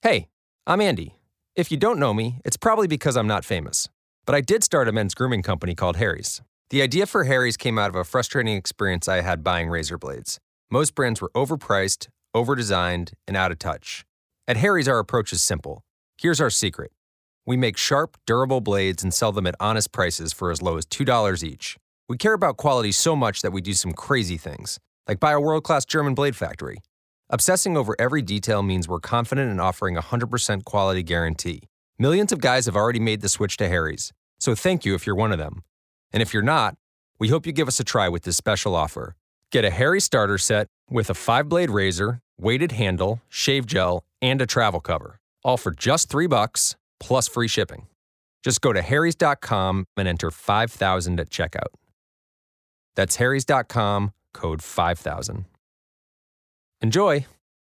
Hey, I'm Andy. If you don't know me, it's probably because I'm not famous. But I did start a men's grooming company called Harry's. The idea for Harry's came out of a frustrating experience I had buying razor blades. Most brands were overpriced, overdesigned, and out of touch. At Harry's, our approach is simple. Here's our secret. We make sharp, durable blades and sell them at honest prices for as low as $2 each. We care about quality so much that we do some crazy things, like buy a world-class German blade factory. Obsessing over every detail means we're confident in offering a 100% quality guarantee. Millions of guys have already made the switch to Harry's, so thank you if you're one of them. And if you're not, we hope you give us a try with this special offer. Get a Harry starter set with a 5-blade razor, weighted handle, shave gel, and a travel cover, all for just $3 plus free shipping. Just go to harrys.com and enter 5000 at checkout. That's harrys.com, code 5000. Enjoy!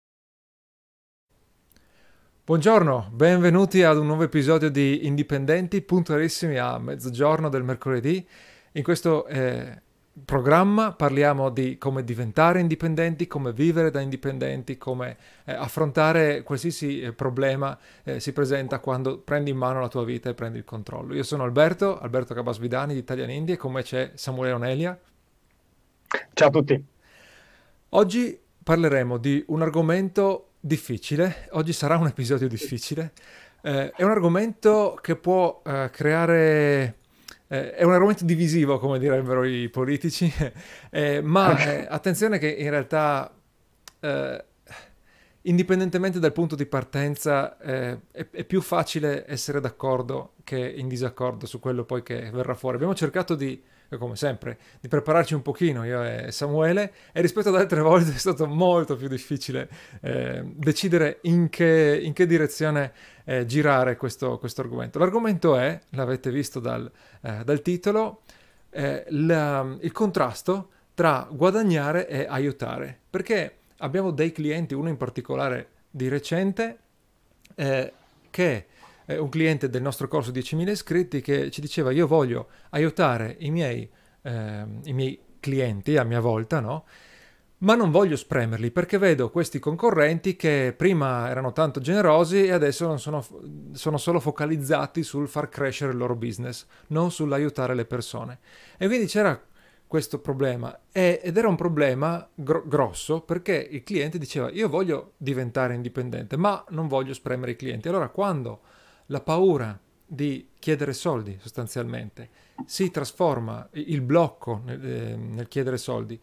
Buongiorno, benvenuti ad un nuovo episodio di Indipendenti, puntualissimi a mezzogiorno del mercoledì. In questo programma parliamo di come diventare indipendenti, come vivere da indipendenti, come affrontare qualsiasi problema si presenta quando prendi in mano la tua vita e prendi il controllo. Io sono Alberto Cabasvidani di Italian Indie e con me c'è Samuele Onelia. Ciao a tutti. Oggi parleremo di un argomento difficile. Oggi sarà un episodio difficile. È un argomento che può creare... è un argomento divisivo, come direbbero i politici, ma attenzione che in realtà, indipendentemente dal punto di partenza, è più facile essere d'accordo che in disaccordo su quello poi che verrà fuori. Abbiamo cercato di, come sempre, di prepararci un pochino, io e Samuele, e rispetto ad altre volte è stato molto più difficile decidere in che direzione girare questo argomento. L'argomento è, l'avete visto dal titolo, il contrasto tra guadagnare e aiutare, perché abbiamo dei clienti, uno in particolare di recente, che è un cliente del nostro corso 10.000 iscritti, che ci diceva: io voglio aiutare i miei clienti a mia volta, no? Ma non voglio spremerli, perché vedo questi concorrenti che prima erano tanto generosi e adesso non sono solo focalizzati sul far crescere il loro business, non sull'aiutare le persone. E quindi c'era questo problema, ed era un problema grosso, perché il cliente diceva: io voglio diventare indipendente, ma non voglio spremere i clienti. Allora, quando la paura di chiedere soldi, sostanzialmente, si trasforma, il blocco nel chiedere soldi,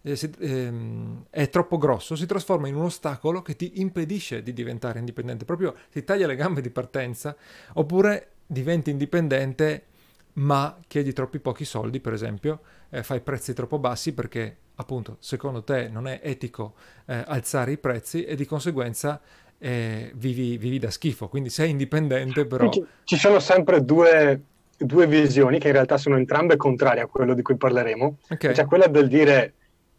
è troppo grosso, si trasforma in un ostacolo che ti impedisce di diventare indipendente, proprio ti taglia le gambe di partenza, oppure diventi indipendente ma chiedi troppi pochi soldi, per esempio, fai prezzi troppo bassi perché appunto secondo te non è etico alzare i prezzi e di conseguenza vivi da schifo, quindi sei indipendente però... Ci sono sempre due visioni che in realtà sono entrambe contrarie a quello di cui parleremo. Okay. Cioè quella del dire,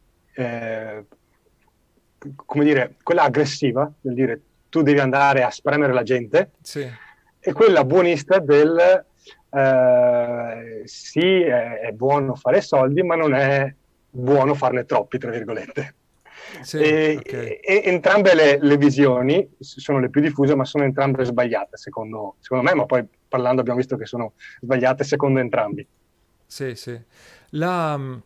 come dire, quella aggressiva, del dire tu devi andare a spremere la gente, sì. E quella buonista del sì, è buono fare soldi, ma non è buono farne troppi, tra virgolette. Sì, e entrambe le visioni sono le più diffuse, ma sono entrambe sbagliate secondo me, ma poi parlando abbiamo visto che sono sbagliate secondo entrambi. Sì. La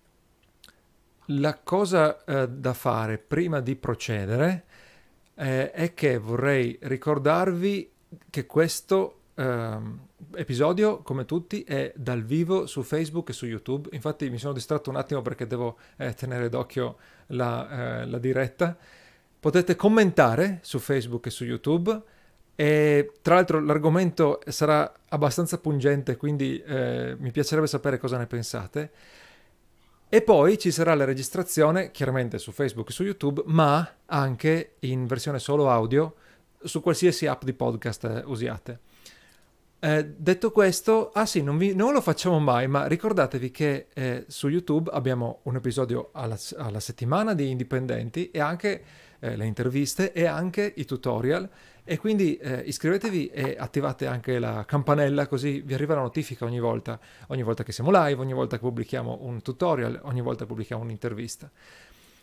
cosa da fare prima di procedere è che vorrei ricordarvi che questo episodio, come tutti, è dal vivo su Facebook e su YouTube. Infatti mi sono distratto un attimo perché devo tenere d'occhio la diretta. Potete commentare su Facebook e su YouTube, e tra l'altro l'argomento sarà abbastanza pungente, quindi mi piacerebbe sapere cosa ne pensate. E poi ci sarà la registrazione, chiaramente su Facebook e su YouTube, ma anche in versione solo audio su qualsiasi app di podcast usiate. Detto questo, non lo facciamo mai, ma ricordatevi che su YouTube abbiamo un episodio alla settimana di Indipendenti, e anche le interviste e anche i tutorial, e quindi iscrivetevi e attivate anche la campanella, così vi arriva la notifica ogni volta che siamo live, ogni volta che pubblichiamo un tutorial, ogni volta che pubblichiamo un'intervista.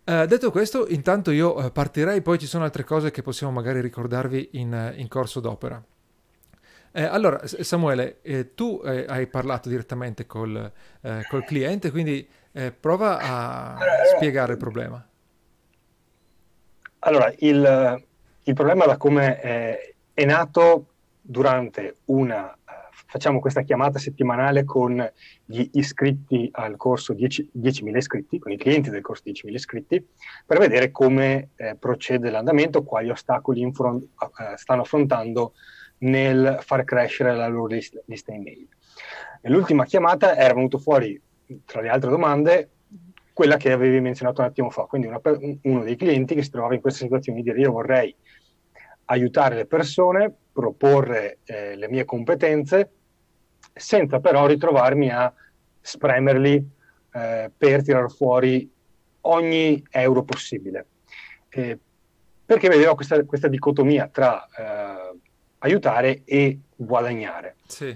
Detto questo, intanto io partirei, poi ci sono altre cose che possiamo magari ricordarvi in corso d'opera. Allora, Samuele, tu hai parlato direttamente col cliente, quindi prova a spiegare il problema. Allora, il problema da come è nato durante facciamo questa chiamata settimanale con gli iscritti al corso 10.000 iscritti, con i clienti del corso 10.000 iscritti, per vedere come procede l'andamento, quali ostacoli stanno affrontando nel far crescere la loro lista email. Nell'ultima chiamata era venuto fuori, tra le altre domande, quella che avevi menzionato un attimo fa, quindi uno dei clienti che si trovava in questa situazione di dire io vorrei aiutare le persone, proporre le mie competenze, senza però ritrovarmi a spremerli per tirar fuori ogni euro possibile. Perché vedeva questa dicotomia tra aiutare e guadagnare. Sì.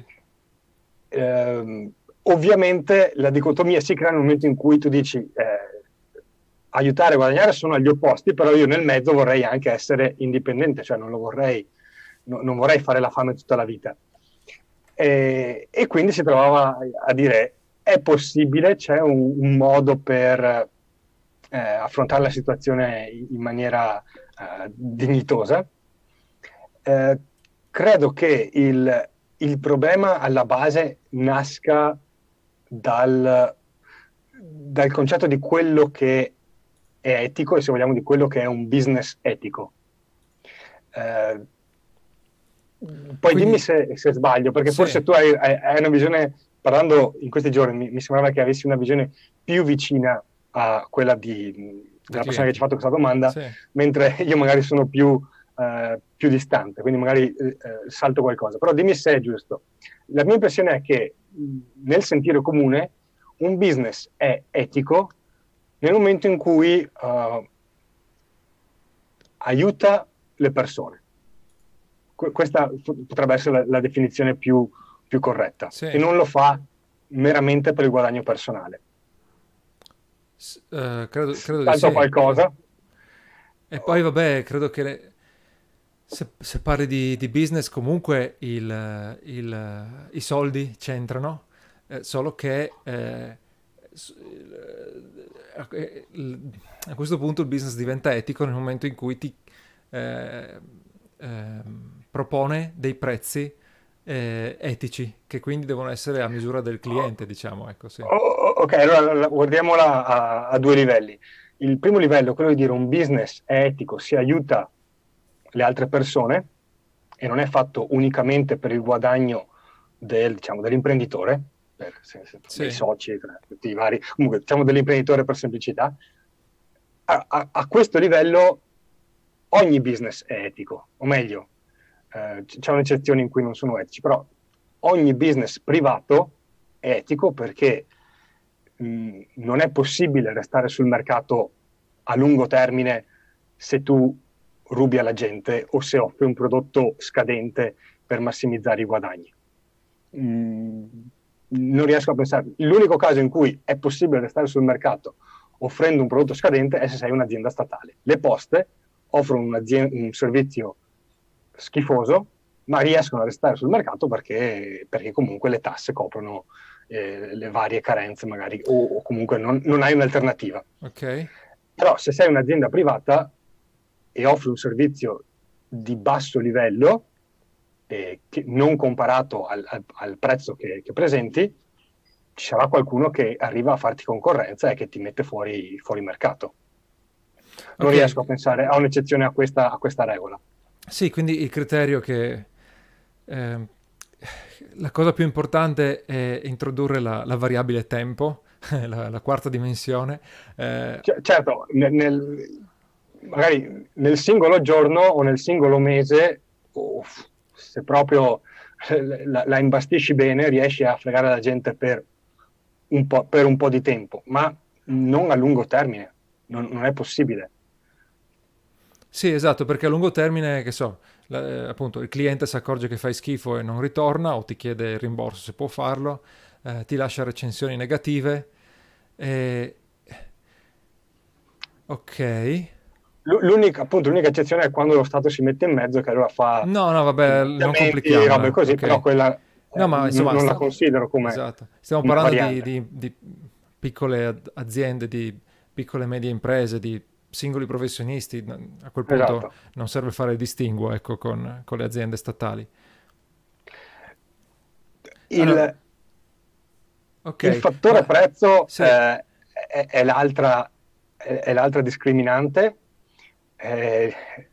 Ovviamente la dicotomia si crea nel momento in cui tu dici aiutare e guadagnare sono agli opposti, però io nel mezzo vorrei anche essere indipendente, cioè non vorrei fare la fame tutta la vita. E quindi si trovava a dire è possibile, c'è un modo per affrontare la situazione in maniera dignitosa. Credo che il problema alla base nasca dal concetto di quello che è etico e, se vogliamo, di quello che è un business etico. Poi Quindi, dimmi se sbaglio, perché sì. forse tu hai una visione, parlando in questi giorni, mi sembrava che avessi una visione più vicina a quella della persona che ci ha fatto questa domanda, Sì. mentre io magari sono più distante, quindi magari salto qualcosa. Però dimmi se è giusto. La mia impressione è che nel sentire comune un business è etico nel momento in cui aiuta le persone. Questa potrebbe essere la definizione più corretta, Sì. e non lo fa meramente per il guadagno personale. Credo di Salto sì. qualcosa. E poi vabbè, credo che se parli di business comunque i soldi c'entrano, solo che a questo punto il business diventa etico nel momento in cui ti propone dei prezzi etici, che quindi devono essere a misura del cliente, diciamo, ecco, sì. Ok, allora guardiamola a due livelli. Il primo livello è quello di dire un business è etico, si aiuta le altre persone e non è fatto unicamente per il guadagno dell'imprenditore, dei soci, tutti i vari, comunque diciamo dell'imprenditore per semplicità. A questo livello ogni business è etico, o meglio, c'è un'eccezione in cui non sono etici, però ogni business privato è etico perché non è possibile restare sul mercato a lungo termine se tu rubi alla gente o se offri un prodotto scadente per massimizzare i guadagni. Non riesco a pensare. L'unico caso in cui è possibile restare sul mercato offrendo un prodotto scadente è se sei un'azienda statale. Le poste offrono un servizio schifoso, ma riescono a restare sul mercato perché comunque le tasse coprono le varie carenze magari, o comunque non hai un'alternativa. Ok. Però se sei un'azienda privata e offri un servizio di basso livello, che non comparato al prezzo che presenti, ci sarà qualcuno che arriva a farti concorrenza e che ti mette fuori mercato. Non riesco a pensare a un'eccezione a questa regola. Sì, quindi il criterio che la cosa più importante è introdurre la variabile tempo, la quarta dimensione. Certo, magari nel singolo giorno o nel singolo mese, se proprio la imbastisci bene, riesci a fregare la gente per un po' di tempo, ma non a lungo termine, non è possibile. Sì, esatto, perché a lungo termine, che so, appunto il cliente si accorge che fai schifo e non ritorna o ti chiede il rimborso se può farlo, ti lascia recensioni negative. Ok. L'unica eccezione è quando lo Stato si mette in mezzo, che allora fa No, no, vabbè, non finanziamenti, robe complichiamola, così, però ok. quella No, ma insomma, non la considero come esatto. Stiamo una parlando variante. di piccole aziende, di piccole e medie imprese, di singoli professionisti. A quel punto Esatto. non serve fare il distinguo, ecco, con le aziende statali. Allora, Il, il ok, fattore ma prezzo se, è l'altra discriminante. Eh,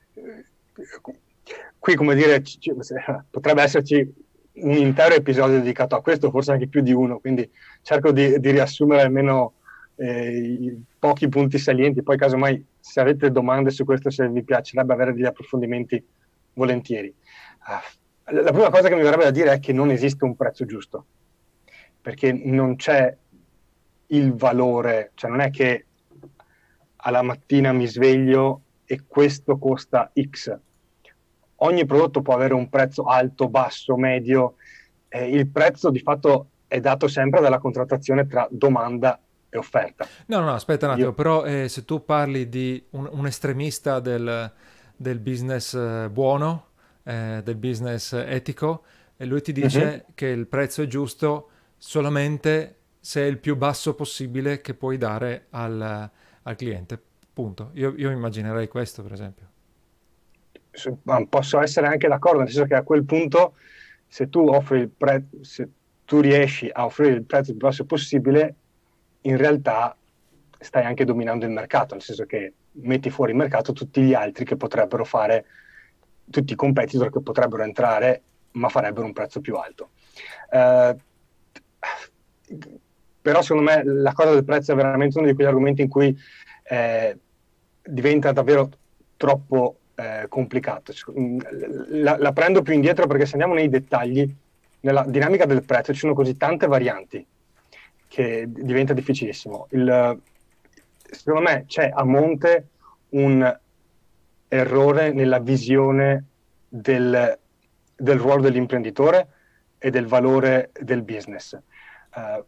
Qui, come dire, potrebbe esserci un intero episodio dedicato a questo, forse anche più di uno, quindi cerco di riassumere almeno i pochi punti salienti. Poi, casomai, se avete domande su questo, se vi piacerebbe avere degli approfondimenti, volentieri. La prima cosa che mi verrebbe da dire è che non esiste un prezzo giusto, perché non c'è il valore, cioè non è che alla mattina mi sveglio e questo costa X. Ogni prodotto può avere un prezzo alto, basso, medio. Il prezzo di fatto è dato sempre dalla contrattazione tra domanda e offerta. no, no, no, aspetta un attimo, Io, però se tu parli di un estremista del business buono, del business etico, e lui ti Mhm. dice che il prezzo è giusto solamente se è il più basso possibile che puoi dare al cliente. Punto. Io immaginerei questo, per esempio. Ma posso essere anche d'accordo, nel senso che a quel punto, se tu se tu riesci a offrire il prezzo più basso possibile, in realtà stai anche dominando il mercato, nel senso che metti fuori il mercato tutti gli altri che potrebbero fare, tutti i competitor che potrebbero entrare, ma farebbero un prezzo più alto. Eh, Però secondo me la cosa del prezzo è veramente uno di quegli argomenti in cui diventa davvero troppo complicato. La prendo più indietro perché se andiamo nei dettagli, nella dinamica del prezzo ci sono così tante varianti che diventa difficilissimo. Secondo me c'è a monte un errore nella visione del ruolo dell'imprenditore e del valore del business. Uh,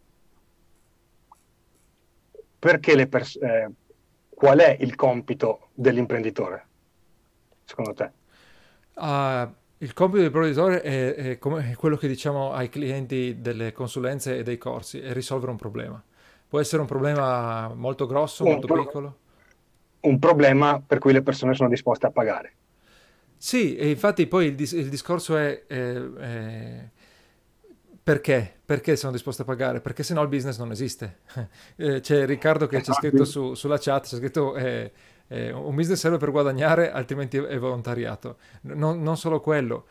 perché qual è il compito dell'imprenditore, secondo te? Il compito del provveditore è quello che diciamo ai clienti delle consulenze e dei corsi, è risolvere un problema. Può essere un problema molto grosso, Un, molto pro- piccolo. un problema per cui le persone sono disposte a pagare. Sì, e infatti poi il discorso è perché? Perché sono disposto a pagare? Perché sennò il business non esiste. C'è Riccardo che c'è scritto Infatti, sulla chat, c'è scritto un business serve per guadagnare, altrimenti è volontariato. Non solo quello.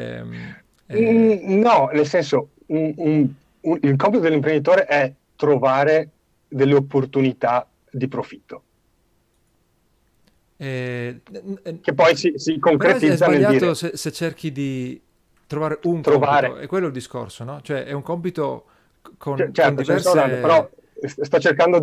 no, nel senso, il compito dell'imprenditore è trovare delle opportunità di profitto, Eh, che poi si però è concretizza nel sbagliato dire se cerchi di trovare un compito, trovare. è quello il discorso, no? Cioè è un compito con Certo, ce ne sono tante, però diverse... sto cercando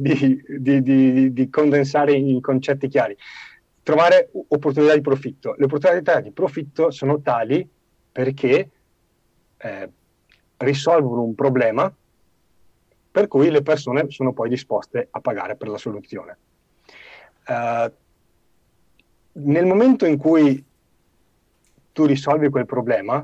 di condensare in concetti chiari. Trovare opportunità di profitto. Le opportunità di profitto sono tali perché eh, risolvono un problema per cui le persone sono poi disposte a pagare per la soluzione. Eh, Nel momento in cui tu risolvi quel problema,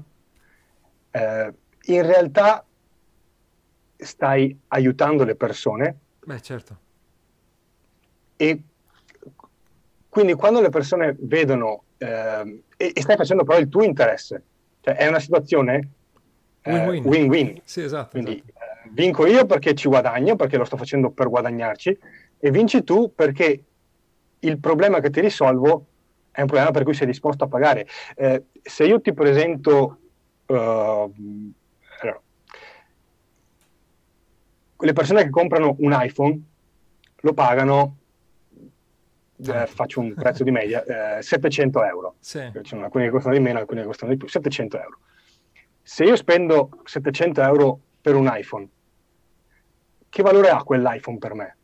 in realtà stai aiutando le persone Beh, certo. e quindi quando le persone vedono e stai facendo però il tuo interesse, cioè è una situazione Win-win. win-win, Sì, esatto, quindi esatto. vinco io perché ci guadagno, perché lo sto facendo per guadagnarci, e vinci tu perché il problema che ti risolvo è un problema per cui sei disposto a pagare. Se io ti presento allora, le persone che comprano un iPhone lo pagano, Tanto. faccio un prezzo di media, 700 euro. Sì. Ci sono alcuni che costano di meno, alcuni che costano di più, 700 euro. Se io spendo 700 euro per un iPhone, che valore ha quell'iPhone per me?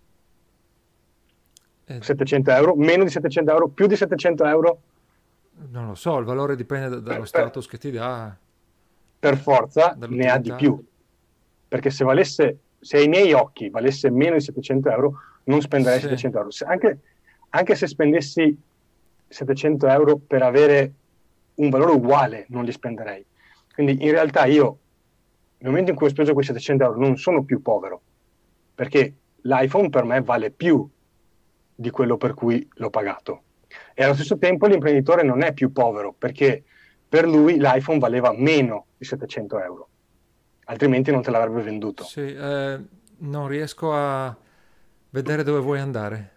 Eh, 700 euro, meno di 700 euro, più di 700 euro? non lo so, il valore dipende dallo Per, per- status che ti dà, per forza ne ha di dall'utilità. più. Perché se ai miei occhi valesse meno di 700 euro, non spenderei Sì. 700 euro. Anche se spendessi 700 euro per avere un valore uguale, non li spenderei. Quindi in realtà io, nel momento in cui ho speso quei 700 euro, non sono più povero, perché l'iPhone per me vale più di quello per cui l'ho pagato. E allo stesso tempo l'imprenditore non è più povero, perché per lui l'iPhone valeva meno di 700 euro, altrimenti non te l'avrebbe venduto. Sì, non riesco a vedere dove vuoi andare.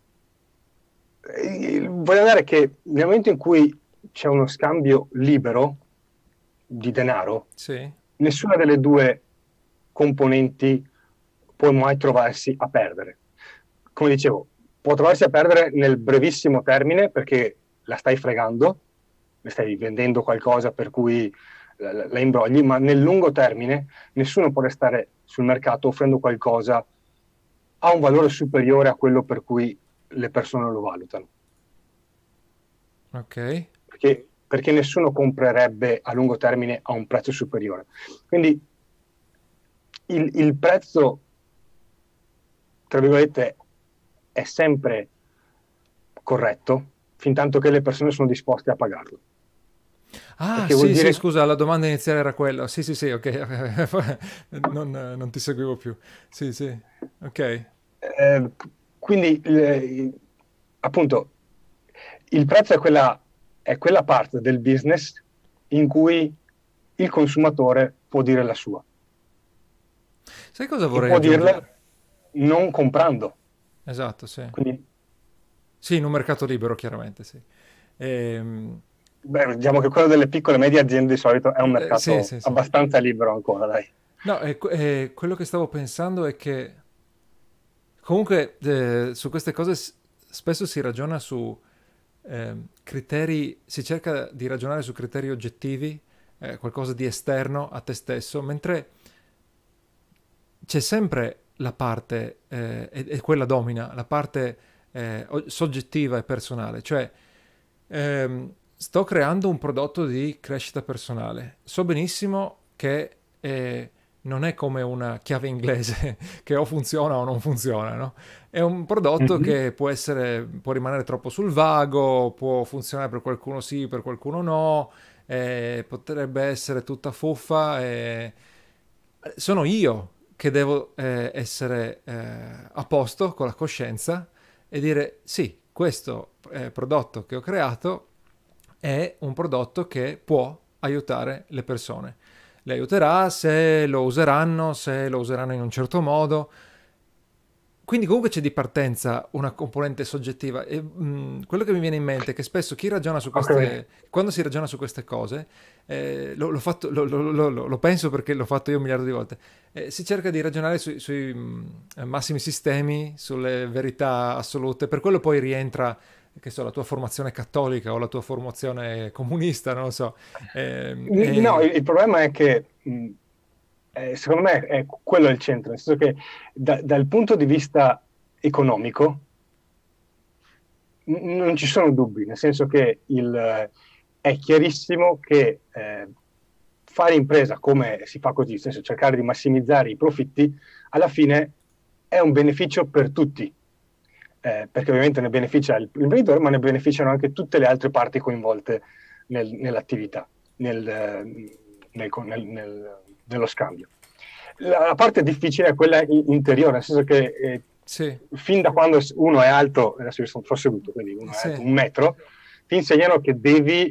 Voglio dire che nel momento in cui c'è uno scambio libero di denaro, Sì, nessuna delle due componenti può mai trovarsi a perdere. Come dicevo, può trovarsi a perdere nel brevissimo termine perché la stai fregando, le stai vendendo qualcosa per cui la imbrogli, ma nel lungo termine nessuno può restare sul mercato offrendo qualcosa a un valore superiore a quello per cui le persone lo valutano. ok. Perché nessuno comprerebbe a lungo termine a un prezzo superiore. Quindi il prezzo, tra virgolette, è sempre corretto fin tanto che le persone sono disposte a pagarlo. Ah, Perché vuol sì, sì, dire scusa, la domanda iniziale era quella. Sì, sì, sì, ok. Non ti seguivo più. Sì, sì, ok. eh, quindi appunto il prezzo è quella parte del business in cui il consumatore può dire la sua Sai cosa e vorrei può dirla aggiungere? non comprando. Esatto, sì. Quindi Sì, in un mercato libero, chiaramente, sì. Ehm, diciamo che quello delle piccole e medie aziende di solito è un sì, mercato sì, sì. abbastanza libero ancora, dai. No, quello che stavo pensando è che comunque su queste cose spesso si ragiona su criteri, si cerca di ragionare su criteri oggettivi, qualcosa di esterno a te stesso, mentre c'è sempre la parte, e quella domina, la parte soggettiva e personale, cioè sto creando un prodotto di crescita personale, so benissimo che non è come una chiave inglese che o funziona o non funziona, no? È un prodotto Mhm. che può rimanere troppo sul vago, può funzionare per qualcuno sì, per qualcuno no, potrebbe essere tutta fuffa. Sono io che devo essere a posto con la coscienza e dire sì, questo prodotto che ho creato è un prodotto che può aiutare le persone. Le aiuterà se lo useranno in un certo modo. Quindi comunque c'è di partenza una componente soggettiva e quello che mi viene in mente è che spesso chi ragiona su Ok. quando si ragiona su queste cose, lo penso perché l'ho fatto io un miliardo di volte, si cerca di ragionare sui massimi sistemi, sulle verità assolute, per quello poi rientra, che so, la tua formazione cattolica o la tua formazione comunista, non lo so. No, il problema è che secondo me è quello il centro, nel senso che dal punto di vista economico non ci sono dubbi, nel senso che è chiarissimo che fare impresa come si fa così, nel senso cercare di massimizzare i profitti, alla fine è un beneficio per tutti, perché ovviamente ne beneficia l'imprenditore, ma ne beneficiano anche tutte le altre parti coinvolte nell'attività, nello scambio. La parte difficile è quella interiore, nel senso che sì, fin da quando uno è alto, adesso io sono seduto, quindi uno è alto sì, 1 metro, ti insegnano che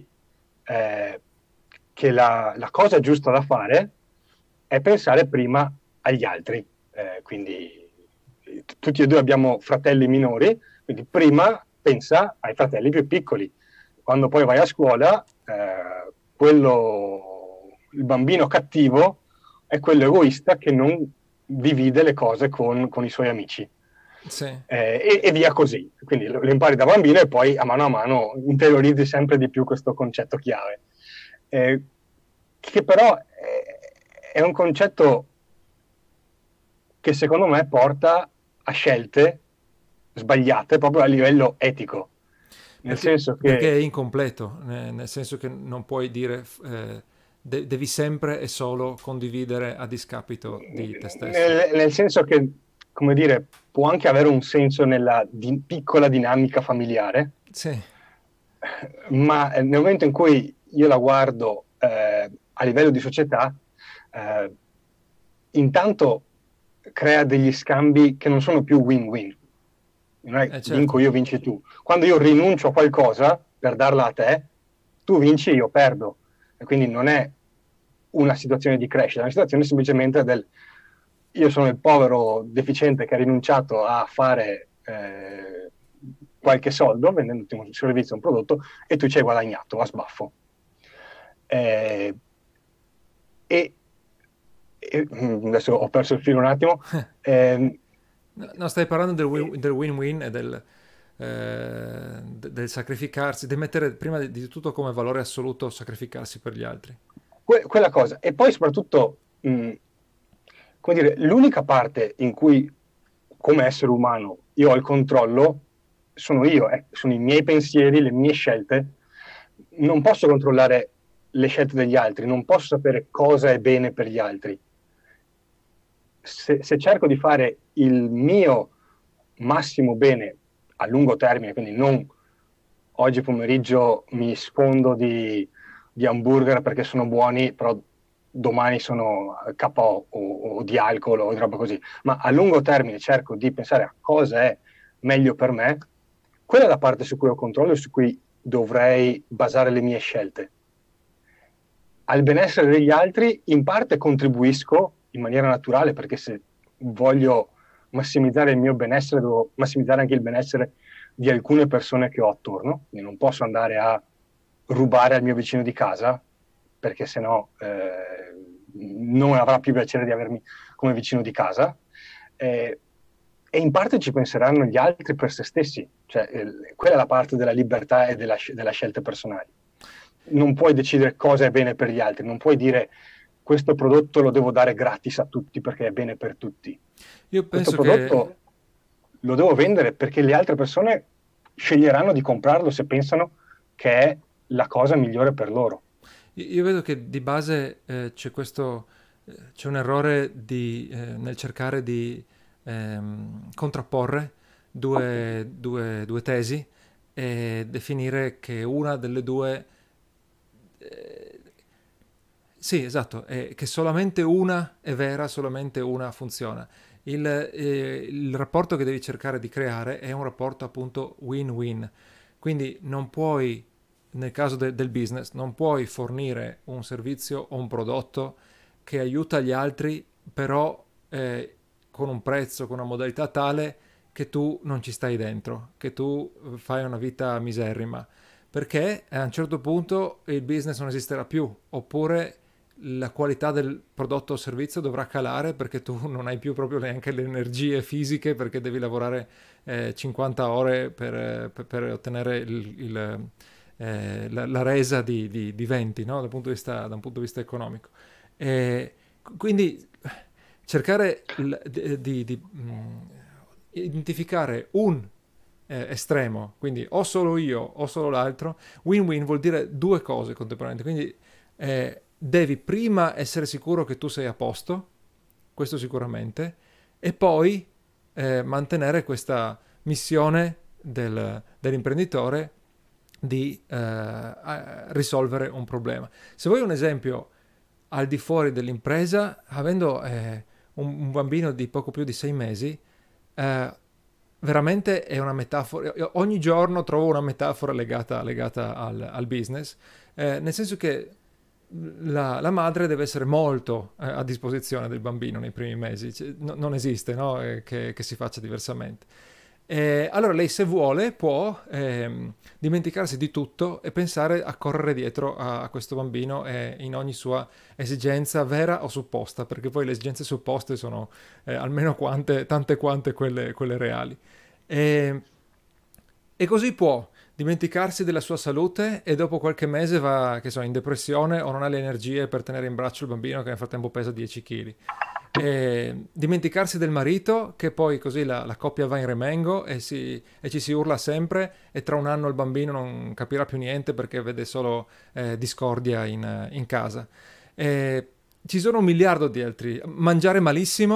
che la cosa giusta da fare è pensare prima agli altri. Quindi tutti e due abbiamo fratelli minori, quindi prima pensa ai fratelli più piccoli. Quando poi vai a scuola, il bambino cattivo è quello egoista che non divide le cose con i suoi amici. sì. E via così. Quindi lo impari da bambino e poi a mano interiorizzi sempre di più questo concetto chiave. Che però è un concetto che secondo me porta a scelte sbagliate proprio a livello etico. Nel senso Perché è che incompleto, nel senso che non puoi dire, devi sempre e solo condividere a discapito di te stesso. nel senso che come dire, può anche avere un senso nella piccola dinamica familiare, Sì, ma nel momento in cui io la guardo a livello di società, intanto crea degli scambi che non sono più win-win. Non è certo. vinco io, vinci tu. Quando io rinuncio a qualcosa per darla a te, tu vinci, io perdo. E quindi non è una situazione di crescita, è una situazione semplicemente del io sono il povero deficiente che ha rinunciato a fare qualche soldo vendendoti un servizio, un prodotto, e tu ci hai guadagnato a sbaffo. Adesso ho perso il filo un attimo. No, stai parlando del win-win e del sacrificarsi, di mettere prima di tutto come valore assoluto sacrificarsi per gli altri. Quella cosa. E poi soprattutto, come dire, l'unica parte in cui come essere umano io ho il controllo sono io, sono i miei pensieri, le mie scelte. Non posso controllare le scelte degli altri, non posso sapere cosa è bene per gli altri. Se cerco di fare il mio massimo bene a lungo termine, quindi non oggi pomeriggio mi sfondo di hamburger perché sono buoni, però domani sono KO o di alcol o di roba così, ma a lungo termine cerco di pensare a cosa è meglio per me, quella è la parte su cui ho controllo e su cui dovrei basare le mie scelte. Al benessere degli altri in parte contribuisco in maniera naturale, perché se voglio massimizzare il mio benessere devo massimizzare anche il benessere di alcune persone che ho attorno, quindi non posso andare a rubare al mio vicino di casa, perché sennò non avrà più piacere di avermi come vicino di casa, e in parte ci penseranno gli altri per se stessi, cioè quella è la parte della libertà e della scelta personale. Non puoi decidere cosa è bene per gli altri, non puoi dire questo prodotto lo devo dare gratis a tutti perché è bene per tutti. Io penso questo prodotto lo devo vendere perché le altre persone sceglieranno di comprarlo se pensano che è la cosa migliore per loro. Io vedo che di base c'è un errore nel cercare di contrapporre due tesi e definire che una delle due sì, esatto, che solamente una è vera, solamente una funziona. Il rapporto che devi cercare di creare è un rapporto appunto win-win, quindi non puoi, nel caso del business, non puoi fornire un servizio o un prodotto che aiuta gli altri, però con un prezzo, con una modalità tale che tu non ci stai dentro, che tu fai una vita miserrima, perché a un certo punto il business non esisterà più, oppure la qualità del prodotto o servizio dovrà calare perché tu non hai più proprio neanche le energie fisiche, perché devi lavorare 50 ore per ottenere la resa di 20, no? Da un punto di vista economico. Quindi cercare di identificare un estremo, quindi o solo io o solo l'altro, win-win vuol dire due cose contemporaneamente, quindi devi prima essere sicuro che tu sei a posto, questo sicuramente, e poi mantenere questa missione dell'imprenditore di risolvere un problema. Se vuoi un esempio al di fuori dell'impresa, avendo un bambino di poco più di 6 mesi, veramente è una metafora. Io ogni giorno trovo una metafora legata al business, nel senso che la madre deve essere molto a disposizione del bambino nei primi mesi, cioè, non esiste, no? Che si faccia diversamente. Allora lei, se vuole, può dimenticarsi di tutto e pensare a correre dietro a questo bambino in ogni sua esigenza vera o supposta, perché poi le esigenze supposte sono almeno tante quante quelle reali. E così può dimenticarsi della sua salute e dopo qualche mese va, che so, in depressione o non ha le energie per tenere in braccio il bambino che nel frattempo pesa 10 kg. Dimenticarsi del marito, che poi così la coppia va in remengo e ci si urla sempre, e tra un anno il bambino non capirà più niente perché vede solo discordia in casa. Ci sono un miliardo di altri. Mangiare malissimo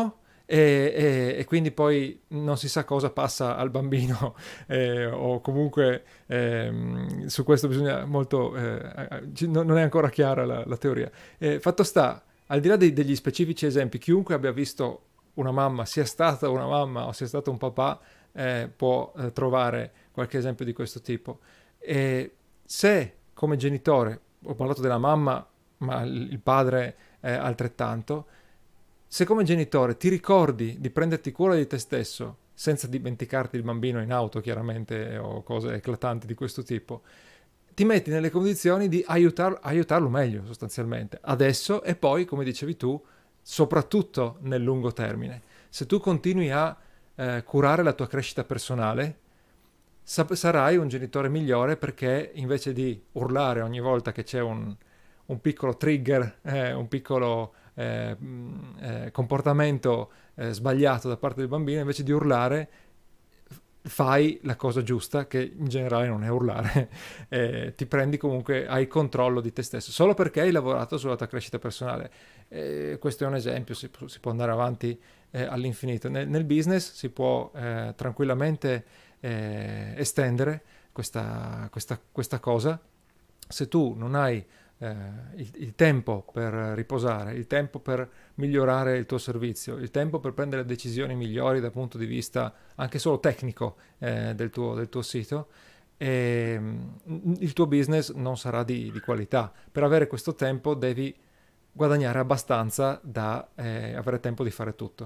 e quindi poi non si sa cosa passa al bambino o comunque su questo bisogna molto non è ancora chiara la teoria. Fatto sta, al di là degli specifici esempi, chiunque abbia visto una mamma, sia stata una mamma o sia stato un papà, può trovare qualche esempio di questo tipo. E se come genitore, ho parlato della mamma, ma il padre altrettanto, se come genitore ti ricordi di prenderti cura di te stesso, senza dimenticarti il bambino in auto, chiaramente, o cose eclatanti di questo tipo, ti metti nelle condizioni di aiutarlo meglio, sostanzialmente, adesso e poi, come dicevi tu, soprattutto nel lungo termine. Se tu continui a curare la tua crescita personale, sarai un genitore migliore, perché invece di urlare ogni volta che c'è un piccolo trigger, un piccolo comportamento sbagliato da parte del bambino, invece di urlare fai la cosa giusta, che in generale non è urlare, ti prendi comunque, hai controllo di te stesso, solo perché hai lavorato sulla tua crescita personale. Questo è un esempio, si può andare avanti all'infinito. Nel business si può tranquillamente estendere questa cosa. Se tu non hai il tempo per riposare, il tempo per migliorare il tuo servizio, il tempo per prendere decisioni migliori dal punto di vista anche solo tecnico del tuo sito, il tuo business non sarà di qualità. Per avere questo tempo devi guadagnare abbastanza da avere tempo di fare tutto.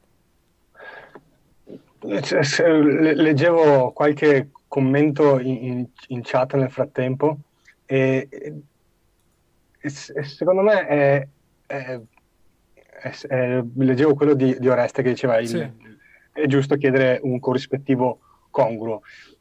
Leggevo qualche commento in chat nel frattempo e secondo me leggevo quello di Oreste che diceva Sì. è giusto chiedere un corrispettivo congruo.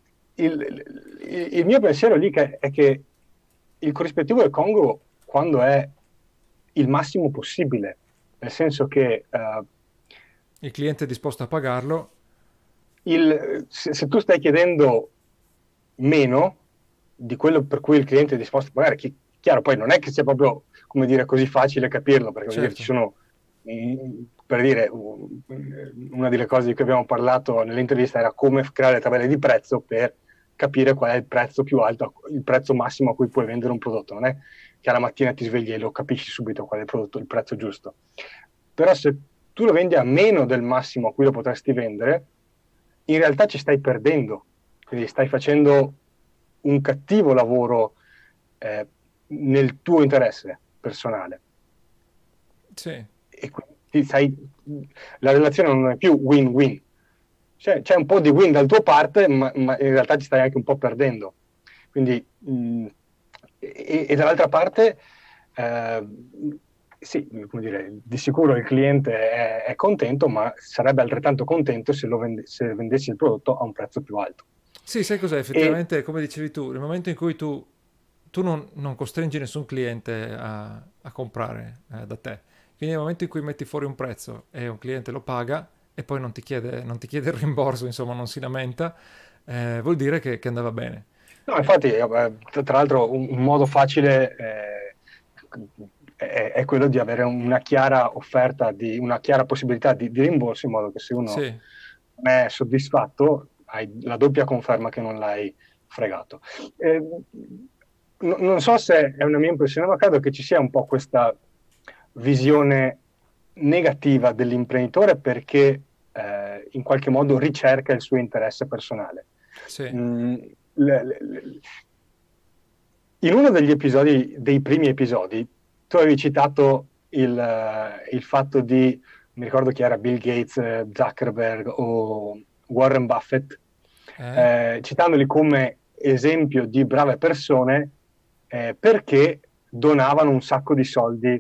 Il mio pensiero lì è che il corrispettivo è congruo quando è il massimo possibile, nel senso che il cliente è disposto a pagarlo. Se tu stai chiedendo meno di quello per cui il cliente è disposto a pagare, chiaro, poi non è che sia proprio, come dire, così facile capirlo, perché certo. Ci sono, per dire, una delle cose di cui abbiamo parlato nell'intervista era come creare tabelle di prezzo per capire qual è il prezzo più alto, il prezzo massimo a cui puoi vendere un prodotto. Non è che alla mattina ti svegli e lo capisci subito qual è il prodotto, il prezzo giusto. Però se tu lo vendi a meno del massimo a cui lo potresti vendere, in realtà ci stai perdendo, quindi stai facendo un cattivo lavoro nel tuo interesse personale. Sì. E quindi la relazione non è più win-win. C'è un po' di win dal tuo parte, ma in realtà ci stai anche un po' perdendo. Quindi, e dall'altra parte, sì, come dire, di sicuro il cliente è contento, ma sarebbe altrettanto contento se vendessi il prodotto a un prezzo più alto. Sì, sai cos'è? Effettivamente, come dicevi tu, nel momento in cui tu non costringi nessun cliente a comprare da te, quindi nel momento in cui metti fuori un prezzo e un cliente lo paga e poi non ti chiede il rimborso, insomma non si lamenta, vuol dire che andava bene. No, infatti, tra l'altro un modo facile è quello di avere una chiara offerta, una chiara possibilità di rimborso, in modo che se uno non è soddisfatto hai la doppia conferma che non l'hai fregato. Non so se è una mia impressione, ma credo che ci sia un po' questa visione negativa dell'imprenditore, perché in qualche modo ricerca il suo interesse personale. Sì. In uno dei primi episodi, tu avevi citato il fatto di, mi ricordo chi era, Bill Gates, Zuckerberg o Warren Buffett, citandoli come esempio di brave persone perché donavano un sacco di soldi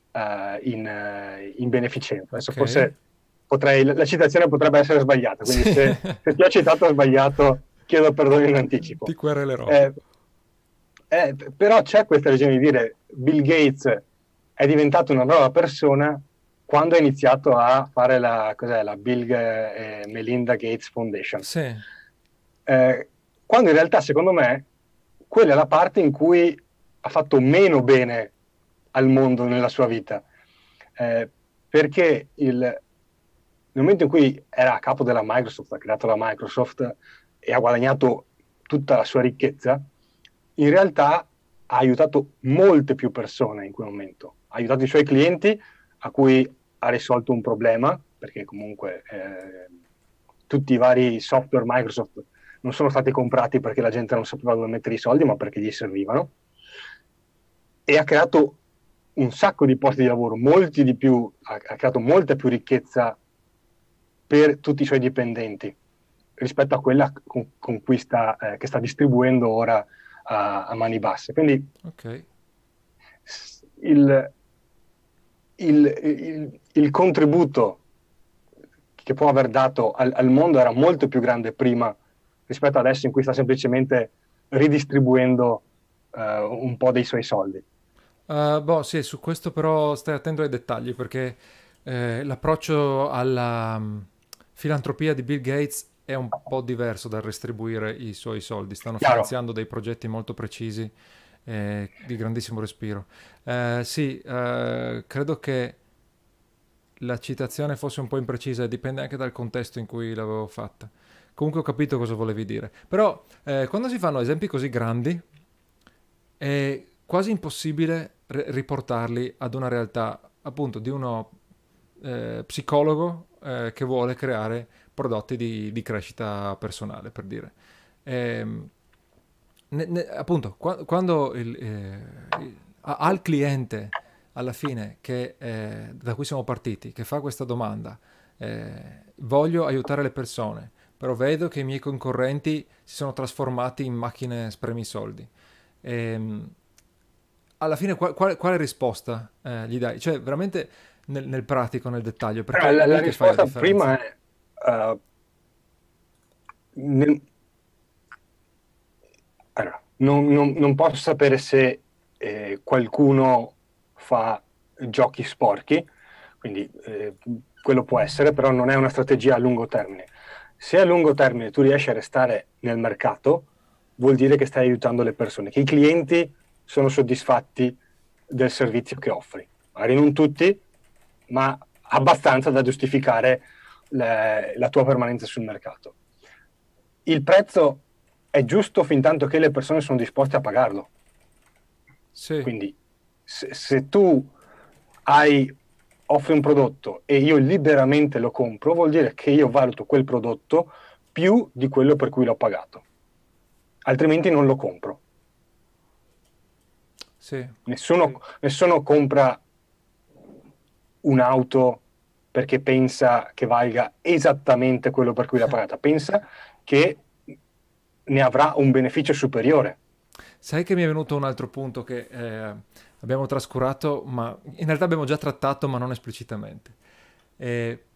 in beneficenza. Adesso forse la citazione potrebbe essere sbagliata, quindi se ti ho citato sbagliato chiedo perdono in anticipo. Ti querelerò. Però c'è questa visione di dire Bill Gates è diventato una brava persona quando ha iniziato a fare la Bill e Melinda Gates Foundation. Sì. Quando in realtà, secondo me, quella è la parte in cui ha fatto meno bene al mondo nella sua vita, perché nel momento in cui era a capo della Microsoft, ha creato la Microsoft e ha guadagnato tutta la sua ricchezza, in realtà ha aiutato molte più persone in quel momento. Ha aiutato i suoi clienti a cui ha risolto un problema, perché comunque tutti i vari software Microsoft non sono stati comprati perché la gente non sapeva dove mettere i soldi, ma perché gli servivano. E ha creato un sacco di posti di lavoro, molti di più, ha creato molta più ricchezza per tutti i suoi dipendenti rispetto a quella con cui che sta distribuendo ora a mani basse. Quindi Ok. il contributo che può aver dato al mondo era molto più grande prima rispetto adesso in cui sta semplicemente ridistribuendo un po' dei suoi soldi. Boh, sì, su questo però stai attento ai dettagli perché l'approccio alla filantropia di Bill Gates è un po' diverso dal restribuire i suoi soldi. Stanno Chiaro. finanziando dei progetti molto precisi di grandissimo respiro. Sì, credo che la citazione fosse un po' imprecisa e dipende anche dal contesto in cui l'avevo fatta. Comunque ho capito cosa volevi dire. Però quando si fanno esempi così grandi è quasi impossibile riportarli ad una realtà, appunto, di uno psicologo che vuole creare prodotti di crescita personale, per dire. Ehm, appunto, quando ha il cliente alla fine da cui siamo partiti, che fa questa domanda, voglio aiutare le persone, però vedo che i miei concorrenti si sono trasformati in macchine spremi soldi. Alla fine quale risposta gli dai? Cioè, veramente nel pratico, nel dettaglio, Però perché è la lì che fai la risposta differenza. prima è nel- allora, non posso sapere se qualcuno fa giochi sporchi, quindi quello può essere, però non è una strategia a lungo termine. Se a lungo termine tu riesci a restare nel mercato, vuol dire che stai aiutando le persone, che i clienti sono soddisfatti del servizio che offri. Magari non tutti, ma abbastanza da giustificare la tua permanenza sul mercato. Il prezzo è giusto fin tanto che le persone sono disposte a pagarlo. Sì, Quindi se tu offri un prodotto e io liberamente lo compro, vuol dire che io valuto quel prodotto più di quello per cui l'ho pagato. Altrimenti non lo compro. sì. Nessuno compra un'auto perché pensa che valga esattamente quello per cui l'ha pagata, pensa che ne avrà un beneficio superiore. Sai che mi è venuto un altro punto che abbiamo trascurato, ma in realtà abbiamo già trattato, ma non esplicitamente. E,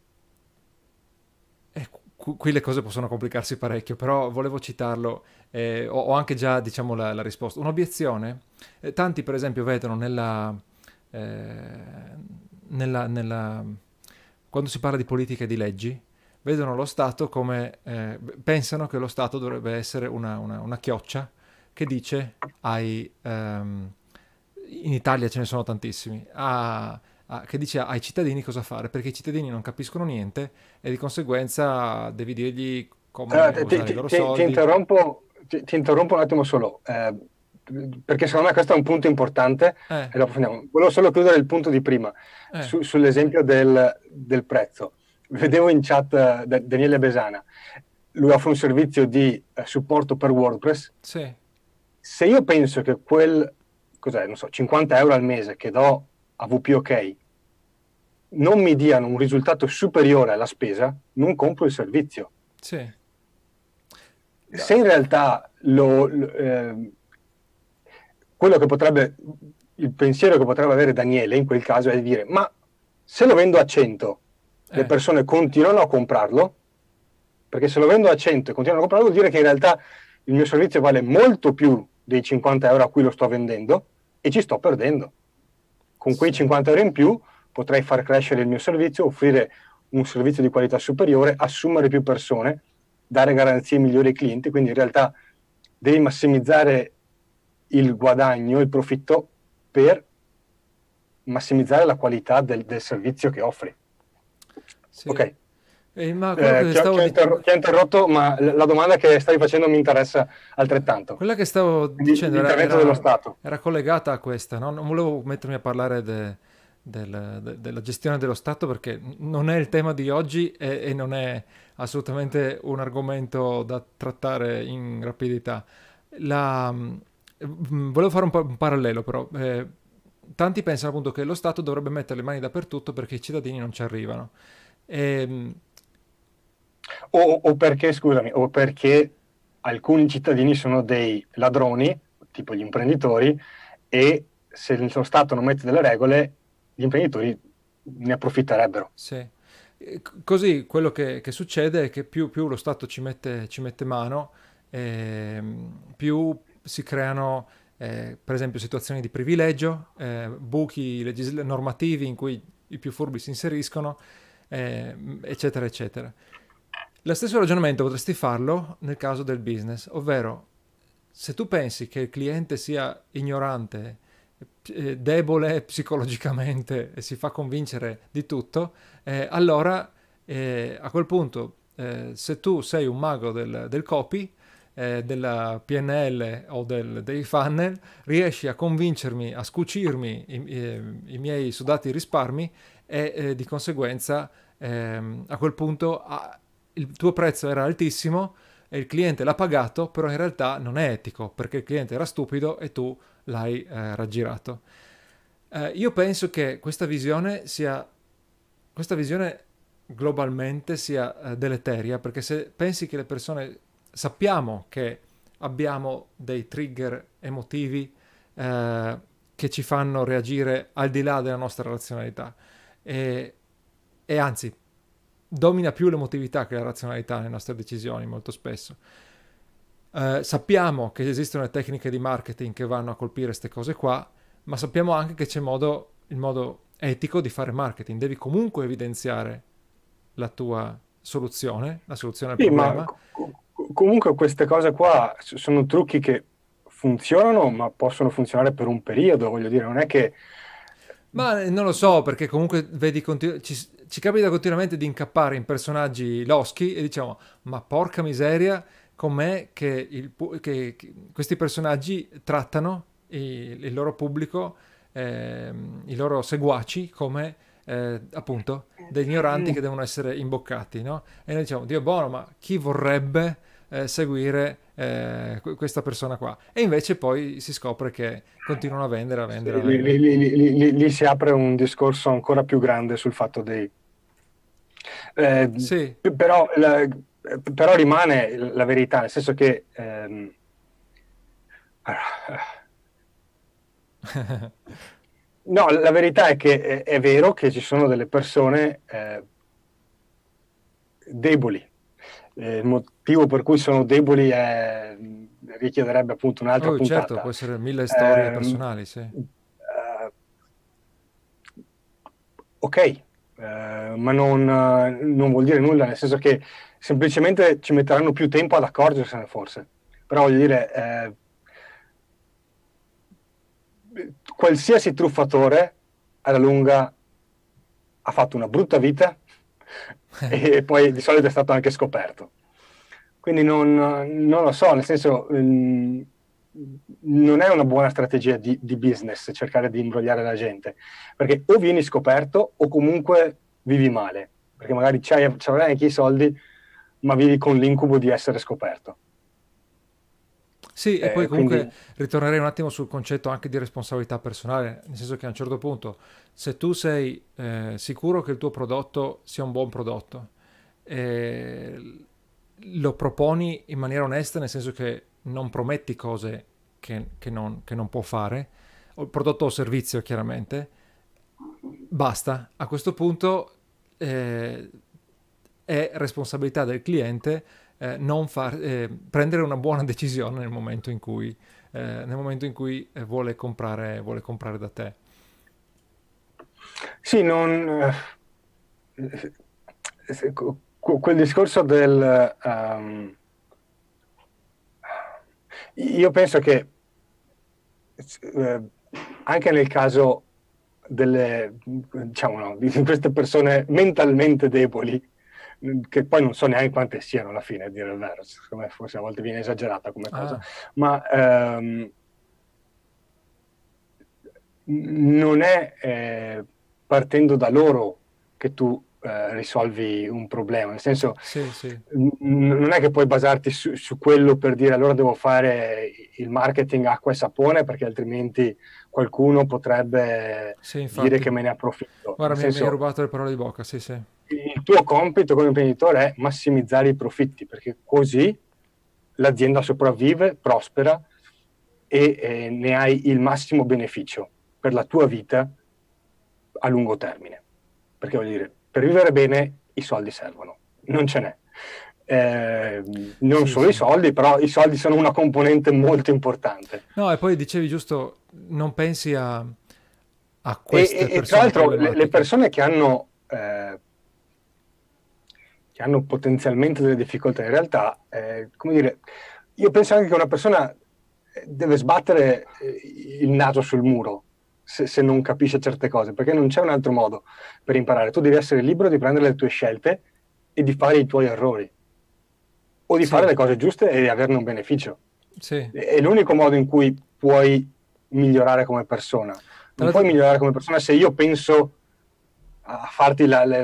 qui le cose possono complicarsi parecchio, però volevo citarlo. Ho anche già, diciamo, la risposta. Un'obiezione. Tanti, per esempio, vedono eh, nella- quando si parla di politica e di leggi, vedono lo Stato come, pensano che lo Stato dovrebbe essere una chioccia che dice in Italia ce ne sono tantissimi, che dice ai cittadini cosa fare, perché i cittadini non capiscono niente e di conseguenza devi dirgli Allora, come usare i loro ti soldi. interrompo, ti interrompo un attimo solo, perché secondo me questo è un punto importante Eh, e dopo finiamo. Volevo solo chiudere il punto di prima, eh, sull'esempio del prezzo. Vedevo in chat Daniele Besana, lui offre un servizio di supporto per WordPress. sì, Se io penso che cos'è, non so, 50 euro al mese che do a WPOK non mi diano un risultato superiore alla spesa, non compro il servizio. sì. Se Da- in realtà quello che il pensiero che potrebbe avere Daniele in quel caso è di dire, ma se lo vendo a 100, le eh, persone continuano a comprarlo, perché se lo vendo a 100 e continuano a comprarlo, vuol dire che in realtà il mio servizio vale molto più dei 50 euro a cui lo sto vendendo e ci sto perdendo. Con quei sì. 50 euro in più potrei far crescere il mio servizio, offrire un servizio di qualità superiore, assumere più persone, dare garanzie migliori ai clienti, quindi in realtà devi massimizzare il guadagno, il profitto per massimizzare la qualità del servizio che offri. Sì, Ok? Ma quello che stavo dicendo... Ti ho interrotto, ma la domanda che stavi facendo mi interessa altrettanto. Quella che stavo Quindi dicendo l'intervento dello Stato. era collegata a questa, no? Non volevo mettermi a parlare della gestione dello Stato perché non è il tema di oggi e non è assolutamente un argomento da trattare in rapidità. Volevo fare un parallelo però. Tanti pensano appunto che lo Stato dovrebbe mettere le mani dappertutto perché i cittadini non ci arrivano. E, O perché, scusami, o perché alcuni cittadini sono dei ladroni, tipo gli imprenditori, e se lo Stato non mette delle regole, gli imprenditori ne approfitterebbero. sì. Così quello che succede è che più lo Stato ci mette mano, più si creano, per esempio, situazioni di privilegio, buchi normativi in cui i più furbi si inseriscono, eccetera, eccetera. Lo stesso ragionamento potresti farlo nel caso del business, ovvero se tu pensi che il cliente sia ignorante, debole psicologicamente e si fa convincere di tutto, allora a quel punto se tu sei un mago del copy, della PNL o dei funnel, riesci a convincermi, a scucirmi i miei sudati risparmi e di conseguenza a quel punto il tuo prezzo era altissimo e il cliente l'ha pagato, però in realtà non è etico perché il cliente era stupido e tu l'hai raggirato. Io penso che questa visione globalmente sia deleteria perché se pensi che le persone sappiamo che abbiamo dei trigger emotivi che ci fanno reagire al di là della nostra razionalità e, e anzi domina più l'emotività che la razionalità nelle nostre decisioni molto spesso. Sappiamo che esistono le tecniche di marketing che vanno a colpire queste cose qua, ma sappiamo anche che c'è il modo etico di fare marketing. Devi comunque evidenziare la tua soluzione, la soluzione al Sì, ma problema. comunque queste cose qua sono trucchi che funzionano, ma possono funzionare per un periodo, voglio dire, non è che... Ma non lo so, perché comunque vedi, ci capita continuamente di incappare in personaggi loschi e diciamo, ma porca miseria, com'è che, che questi personaggi trattano il loro pubblico, i loro seguaci come appunto degli ignoranti che devono essere imboccati, no? E noi diciamo, Dio buono, ma chi vorrebbe seguire questa persona qua? E invece poi si scopre che continuano a vendere, a vendere, a Lì, vendere. lì si apre un discorso ancora più grande sul fatto dei... eh, Sì, però, però rimane la verità, nel senso che... no, la verità è che è vero che ci sono delle persone deboli. Il motivo per cui sono deboli richiederebbe appunto un'altra oh, certo, puntata. può essere mille storie Ehm, personali, sì. ok, ma non vuol dire nulla, nel senso che semplicemente ci metteranno più tempo ad accorgersene forse. Però voglio dire, qualsiasi truffatore alla lunga ha fatto una brutta vita e poi di solito è stato anche scoperto. Quindi non lo so, nel senso non è una buona strategia di business cercare di imbrogliare la gente, perché o vieni scoperto o comunque vivi male, perché magari c'avrai anche i soldi, ma vivi con l'incubo di essere scoperto. Sì, e poi comunque Quindi ritornerei un attimo sul concetto anche di responsabilità personale, nel senso che a un certo punto, se tu sei sicuro che il tuo prodotto sia un buon prodotto, eh, lo proponi in maniera onesta, nel senso che non prometti cose che non può fare, o il prodotto o servizio chiaramente, basta. A questo punto è responsabilità del cliente prendere una buona decisione nel momento in cui vuole comprare da te. sì, quel discorso del... io penso che eh, anche nel caso delle, diciamo, no, di queste persone mentalmente deboli, che poi non so neanche quante siano alla fine, a dire il vero, secondo me forse a volte viene esagerata come cosa, ma non è partendo da loro che tu risolvi un problema, nel senso non è che puoi basarti su quello per dire allora devo fare il marketing acqua e sapone perché altrimenti qualcuno potrebbe dire che me ne approfitto. Guarda, mi hai rubato le parole di bocca, sì. Il tuo compito come imprenditore è massimizzare i profitti, perché così l'azienda sopravvive, prospera e ne hai il massimo beneficio per la tua vita a lungo termine. Perché voglio dire, per vivere bene i soldi servono, non ce n'è. Non solo i soldi, però i soldi sono una componente molto importante. No, e poi dicevi giusto, non pensi a queste persone. E tra l'altro le persone che hanno potenzialmente delle difficoltà, in realtà, come dire, io penso anche che una persona deve sbattere il naso sul muro se non capisce certe cose, perché non c'è un altro modo per imparare. Tu devi essere libero di prendere le tue scelte e di fare i tuoi errori, o di fare le cose giuste e di averne un beneficio. È l'unico modo in cui puoi migliorare come persona. Non puoi migliorare come persona se io penso a farti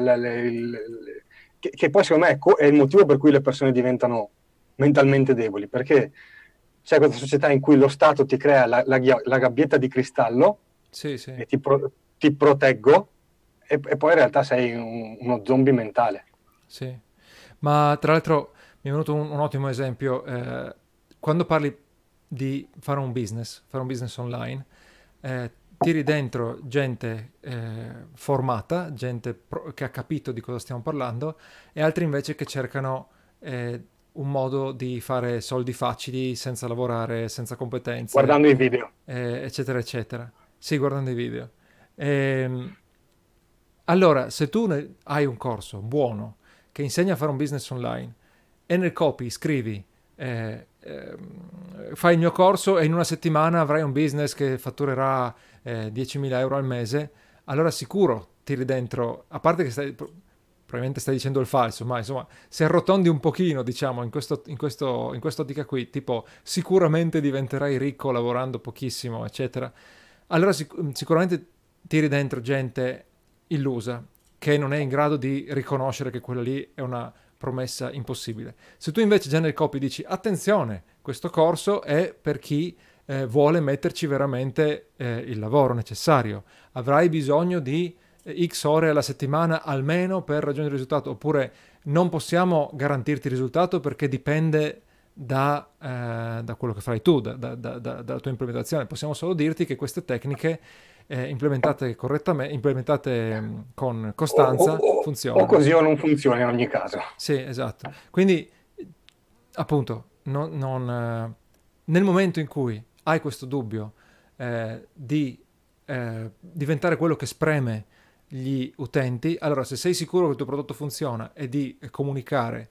che poi secondo me è il motivo per cui le persone diventano mentalmente deboli, perché c'è questa società in cui lo Stato ti crea la gabbietta di cristallo e ti proteggo e poi in realtà sei uno zombie mentale. Sì, ma tra l'altro mi è venuto un ottimo esempio. Quando parli di fare un business online, tiri dentro gente formata, gente che ha capito di cosa stiamo parlando, e altri invece che cercano un modo di fare soldi facili senza lavorare, senza competenze. Guardando i video. Eccetera, eccetera. Sì, guardando i video. Allora, se tu hai un corso buono che insegna a fare un business online e nel copy scrivi fai il mio corso e in una settimana avrai un business che fatturerà 10.000 euro al mese, allora sicuro tiri dentro, a parte che probabilmente stai dicendo il falso, ma insomma se arrotondi un pochino, diciamo, in quest'ottica qui, tipo sicuramente diventerai ricco lavorando pochissimo, eccetera, allora sicuramente tiri dentro gente illusa che non è in grado di riconoscere che quella lì è una promessa impossibile. Se tu invece già nel copy dici attenzione, questo corso è per chi vuole metterci veramente il lavoro necessario, avrai bisogno di X ore alla settimana almeno per raggiungere il risultato, oppure non possiamo garantirti il risultato perché dipende da quello che farai tu, dalla tua implementazione. Possiamo solo dirti che queste tecniche implementate correttamente, implementate con costanza, funzionano. O così o non funziona in ogni caso. Sì, esatto. Quindi, appunto, nel momento in cui hai questo dubbio di diventare quello che spreme gli utenti, allora se sei sicuro che il tuo prodotto funziona e di comunicare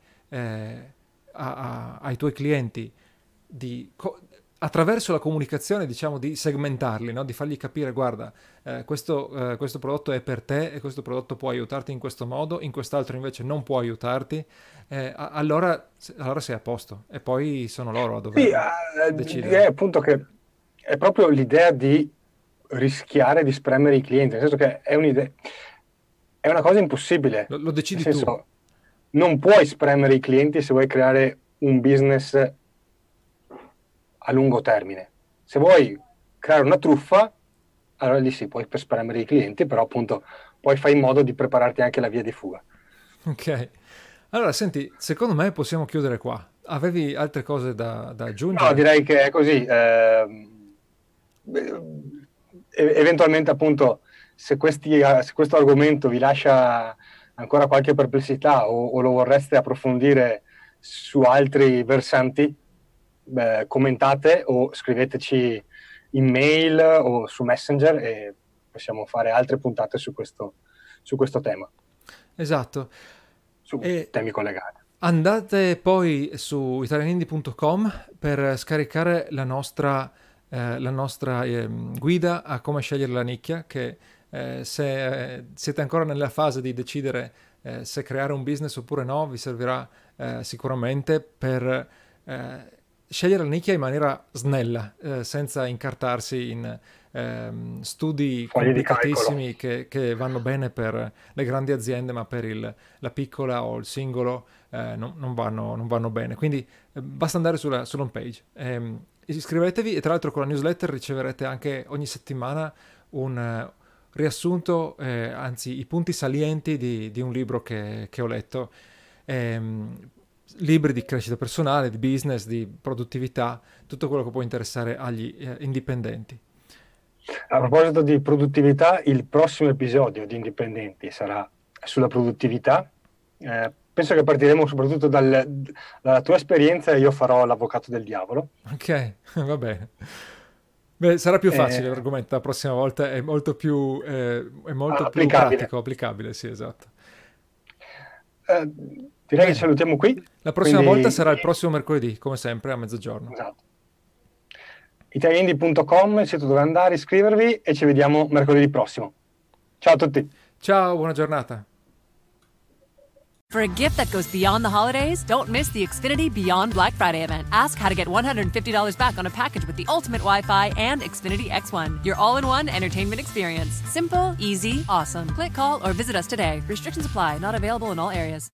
ai tuoi clienti attraverso la comunicazione, diciamo, di segmentarli, no? Di fargli capire, guarda, questo prodotto è per te e questo prodotto può aiutarti in questo modo, in quest'altro invece non può aiutarti, allora sei a posto e poi sono loro a dover decidere. Direi appunto che è proprio l'idea di rischiare di spremere i clienti, nel senso che è un'idea, è una cosa impossibile. Lo decidi tu. Non puoi spremere i clienti se vuoi creare un business a lungo termine. Se vuoi creare una truffa, allora lì sì, puoi spremere i clienti, però appunto poi fai in modo di prepararti anche la via di fuga. Ok. Allora, senti, secondo me possiamo chiudere qua. Avevi altre cose da aggiungere? No, direi che è così. Eventualmente appunto se questo argomento vi lascia ancora qualche perplessità o lo vorreste approfondire su altri versanti, commentate o scriveteci in mail o su Messenger e possiamo fare altre puntate su questo tema. Esatto. Su temi collegati. Andate poi su italianindie.com per scaricare la nostra guida a come scegliere la nicchia, che se siete ancora nella fase di decidere se creare un business oppure no, vi servirà sicuramente per scegliere la nicchia in maniera snella, senza incartarsi in studi complicatissimi che vanno bene per le grandi aziende, ma per la piccola o il singolo non vanno bene. Quindi basta andare sulla home page. Iscrivetevi, e tra l'altro con la newsletter riceverete anche ogni settimana un riassunto, anzi i punti salienti di un libro che ho letto. Libri di crescita personale, di business, di produttività, tutto quello che può interessare agli indipendenti. A proposito di produttività, il prossimo episodio di Indipendenti sarà sulla produttività. Penso che partiremo soprattutto dalla tua esperienza, e io farò l'avvocato del diavolo. Ok, va bene. Beh, sarà più facile l'argomento la prossima volta, è molto più pratico, applicabile, sì, esatto. Direi che salutiamo qui. La prossima volta sarà il prossimo mercoledì, come sempre, a mezzogiorno. Esatto. italianindie.com, il sito dove andare, iscrivervi, e ci vediamo mercoledì prossimo. Ciao a tutti. Ciao, buona giornata. For a gift that goes beyond the holidays, don't miss the Xfinity Beyond Black Friday event. Ask how to get $150 back on a package with the ultimate Wi-Fi and Xfinity X1, your all-in-one entertainment experience. Simple, easy, awesome. Click, call, or visit us today. Restrictions apply. Not available in all areas.